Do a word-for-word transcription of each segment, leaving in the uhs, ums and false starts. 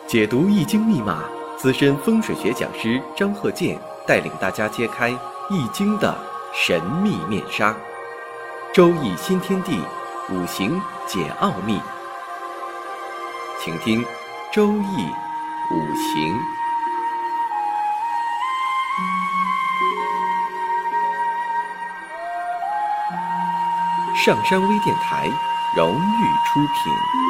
解读易经密码，资深风水学讲师张鹤剑带领大家揭开易经的神秘面纱。周易新天地，五行解奥秘。请听周易五行。上山微电台荣誉出品。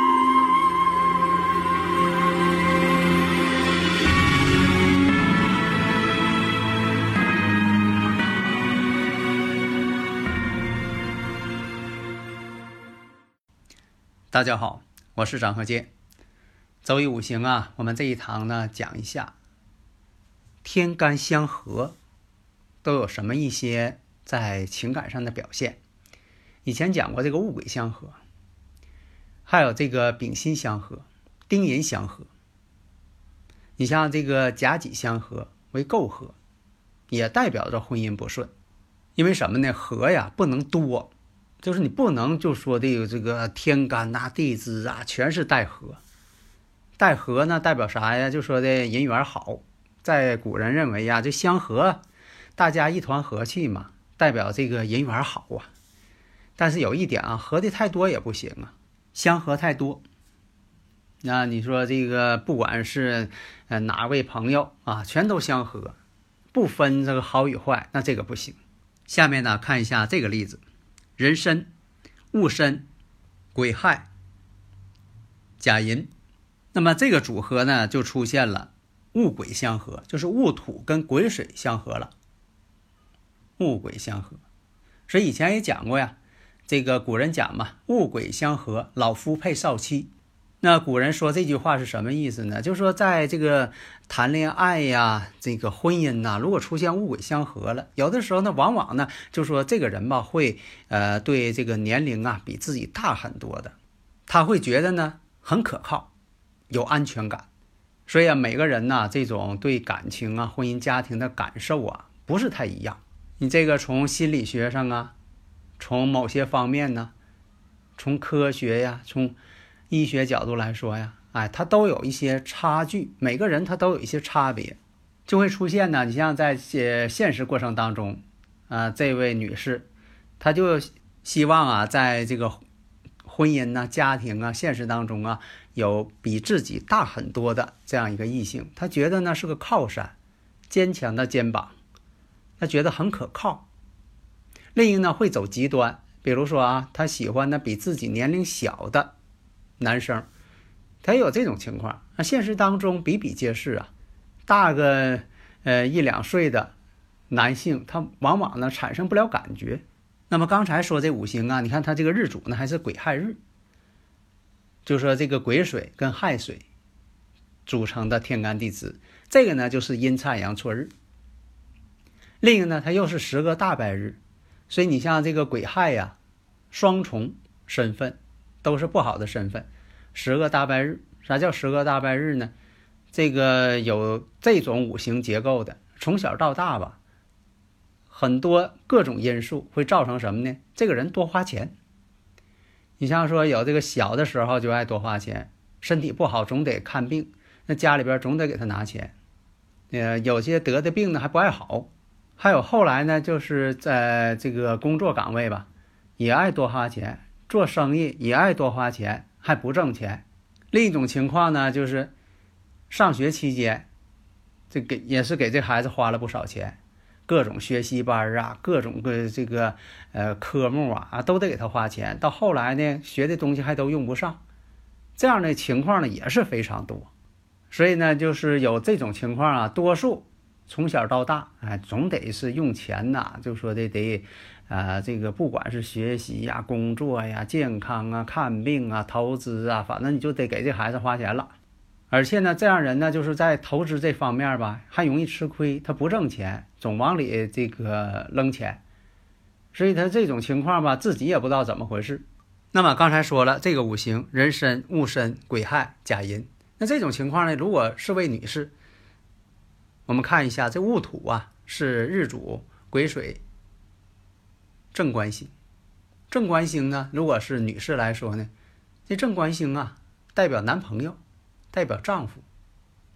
大家好，我是张鹤剑。周易五行啊，我们这一堂呢讲一下天干相合都有什么一些在情感上的表现。以前讲过这个戊癸相合，还有这个丙辛相合、丁寅相合。你像这个甲己相合为媾合，也代表着婚姻不顺。因为什么呢？合呀不能多，就是你不能就说这个这个天干呐、地支啊全是带合。带合呢代表啥呀？就说的人缘好，在古人认为呀，这相合大家一团和气嘛，代表这个人缘好啊。但是有一点啊，合的太多也不行啊，相合太多，那你说这个不管是呃哪位朋友啊，全都相合，不分这个好与坏，那这个不行。下面呢看一下这个例子：壬申、戊申、癸亥、甲寅。那么这个组合呢就出现了戊癸相合，就是戊土跟癸水相合了，戊癸相合。所以以前也讲过呀，这个古人讲嘛，戊癸相合，老夫配少妻。那古人说这句话是什么意思呢？就是说在这个谈恋爱呀，这个婚姻呐，如果出现戊癸相合了，有的时候呢，往往呢，就说这个人吧，会呃对这个年龄啊比自己大很多的，他会觉得呢很可靠，有安全感。所以啊，每个人呢，这种对感情啊、婚姻家庭的感受啊，不是太一样。你这个从心理学上啊，从某些方面呢，从科学呀，从医学角度来说呀，哎，它都有一些差距，每个人他都有一些差别，就会出现呢。你像在现实过程当中，啊、呃，这位女士，她就希望啊，在这个婚姻呐、家庭啊、现实当中啊，有比自己大很多的这样一个异性，她觉得呢是个靠山，坚强的肩膀，她觉得很可靠。另一个呢会走极端，比如说啊，她喜欢呢比自己年龄小的男生，他也有这种情况。那现实当中比比皆是啊，大个呃一两岁的男性，他往往呢产生不了感觉。那么刚才说这五行啊，你看他这个日主呢还是癸亥日，就说这个癸水跟亥水组成的天干地支，这个呢就是阴差阳错日。另一个呢，它又是十个大败日，所以你像这个癸亥呀，双重身份，都是不好的身份。十个大败日，啥叫十个大败日呢？这个有这种五行结构的，从小到大吧，很多各种因素会造成什么呢？这个人多花钱。你像说有这个小的时候就爱多花钱，身体不好总得看病，那家里边总得给他拿钱。呃，有些得的病呢还不爱好。还有后来呢，就是在这个工作岗位吧，也爱多花钱。做生意也爱多花钱，还不挣钱。另一种情况呢，就是上学期间，这个也是给这孩子花了不少钱，各种学习班啊，各种个这个呃科目啊啊都得给他花钱。到后来呢，学的东西还都用不上，这样的情况呢也是非常多。所以呢，就是有这种情况啊，多数从小到大，哎，总得是用钱呐，就说的得。啊、呃，这个不管是学习呀、工作呀、健康啊、看病啊、投资啊，反正你就得给这孩子花钱了。而且呢，这样人呢，就是在投资这方面吧，还容易吃亏，他不挣钱，总往里这个扔钱，所以他这种情况吧，自己也不知道怎么回事。那么刚才说了，这个五行壬申、戊申、癸亥、甲寅，那这种情况呢，如果是位女士，我们看一下这戊土啊，是日主癸水。正官星，正官星呢，如果是女士来说呢，这正官星啊，代表男朋友，代表丈夫，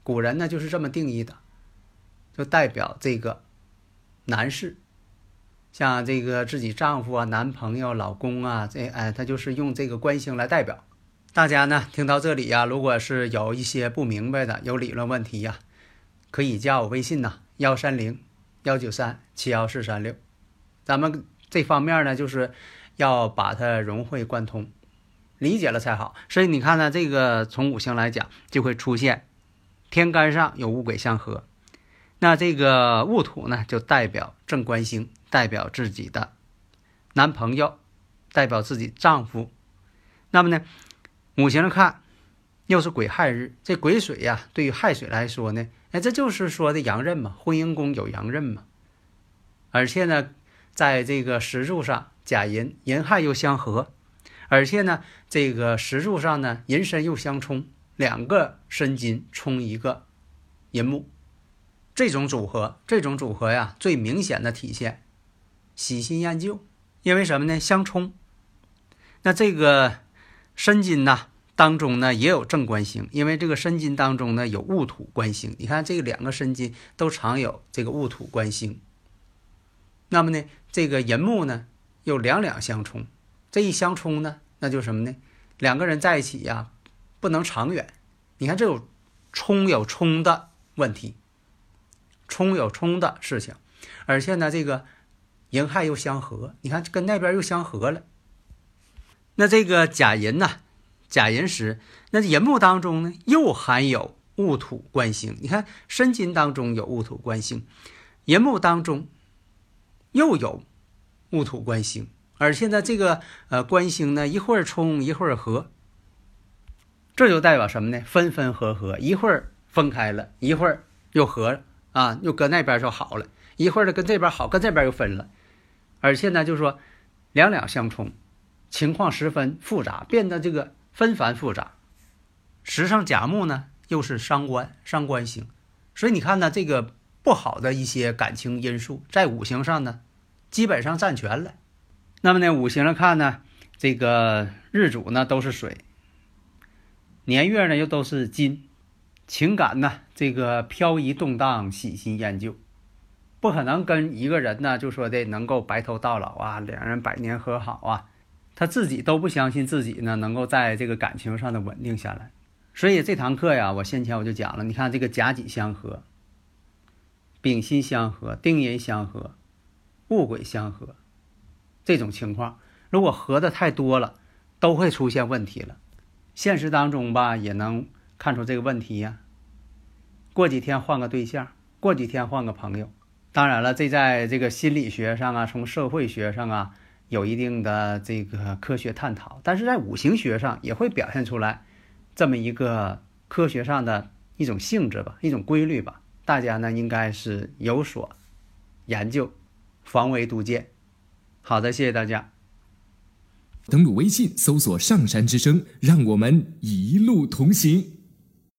古人呢就是这么定义的，就代表这个男士，像这个自己丈夫啊、男朋友、老公啊，这哎，他就是用这个官星来代表。大家呢听到这里呀、啊，如果是有一些不明白的，有理论问题呀、啊，可以加我微信呐、啊，幺三零幺九三七幺四三六。咱们这方面呢，就是要把它融会贯通，理解了才好。所以你看呢，这个从五行来讲，就会出现天干上有戊癸相合，那这个戊土呢，就代表正官星，代表自己的男朋友，代表自己丈夫。那么呢，五行上看又是癸亥日，这癸水呀、啊，对于亥水来说呢，哎，这就是说的阳刃嘛，婚姻宫有阳刃嘛。而且呢，在这个时柱上甲寅寅亥又相合，而且呢，这个时柱上呢寅申又相冲，两个申金冲一个寅木，这种组合，这种组合呀，最明显的体现喜新厌旧。因为什么呢？相冲。那这个申金呢当中呢也有正官星，因为这个申金当中呢有戊土官星，你看这个两个申金都常有这个戊土官星。那么呢，这个寅木呢又两两相冲，这一相冲呢，那就是什么呢？两个人在一起呀，不能长远。你看这有冲有冲的问题，冲有冲的事情，而且呢，这个寅亥又相合，你看跟那边又相合了。那这个甲寅呢，甲寅时，那寅木当中呢又含有戊土官星。你看申金当中有戊土官星，寅木当中又有戊土官星，而且呢，这个呃官星呢一会儿冲一会儿合，这就代表什么呢？分分合合，一会儿分开了，一会儿又合了啊，又跟那边就好了，一会儿呢跟这边好，跟这边又分了，而且呢就是说两两相冲，情况十分复杂，变得这个纷繁复杂。时上甲木呢又是伤官，伤官星，所以你看呢，这个不好的一些感情因素在五行上呢基本上占全了。那么呢，五行上看呢，这个日主呢都是水，年月呢又都是金，情感呢这个飘移动荡，喜新厌旧，不可能跟一个人呢就说的能够白头到老啊，两人百年和好啊，他自己都不相信自己呢能够在这个感情上的稳定下来。所以这堂课呀，我先前我就讲了，你看这个甲己相合，丙辛相合，丁寅相合，戊癸相合，这种情况如果合的太多了，都会出现问题了。现实当中吧，也能看出这个问题呀。过几天换个对象，过几天换个朋友。当然了，这在这个心理学上啊，从社会学上啊，有一定的这个科学探讨，但是在五行学上也会表现出来这么一个科学上的一种性质吧，一种规律吧。大家呢应该是有所研究，防微杜渐。好的，谢谢大家。 登录微信搜索上山之声，让我们一路同行。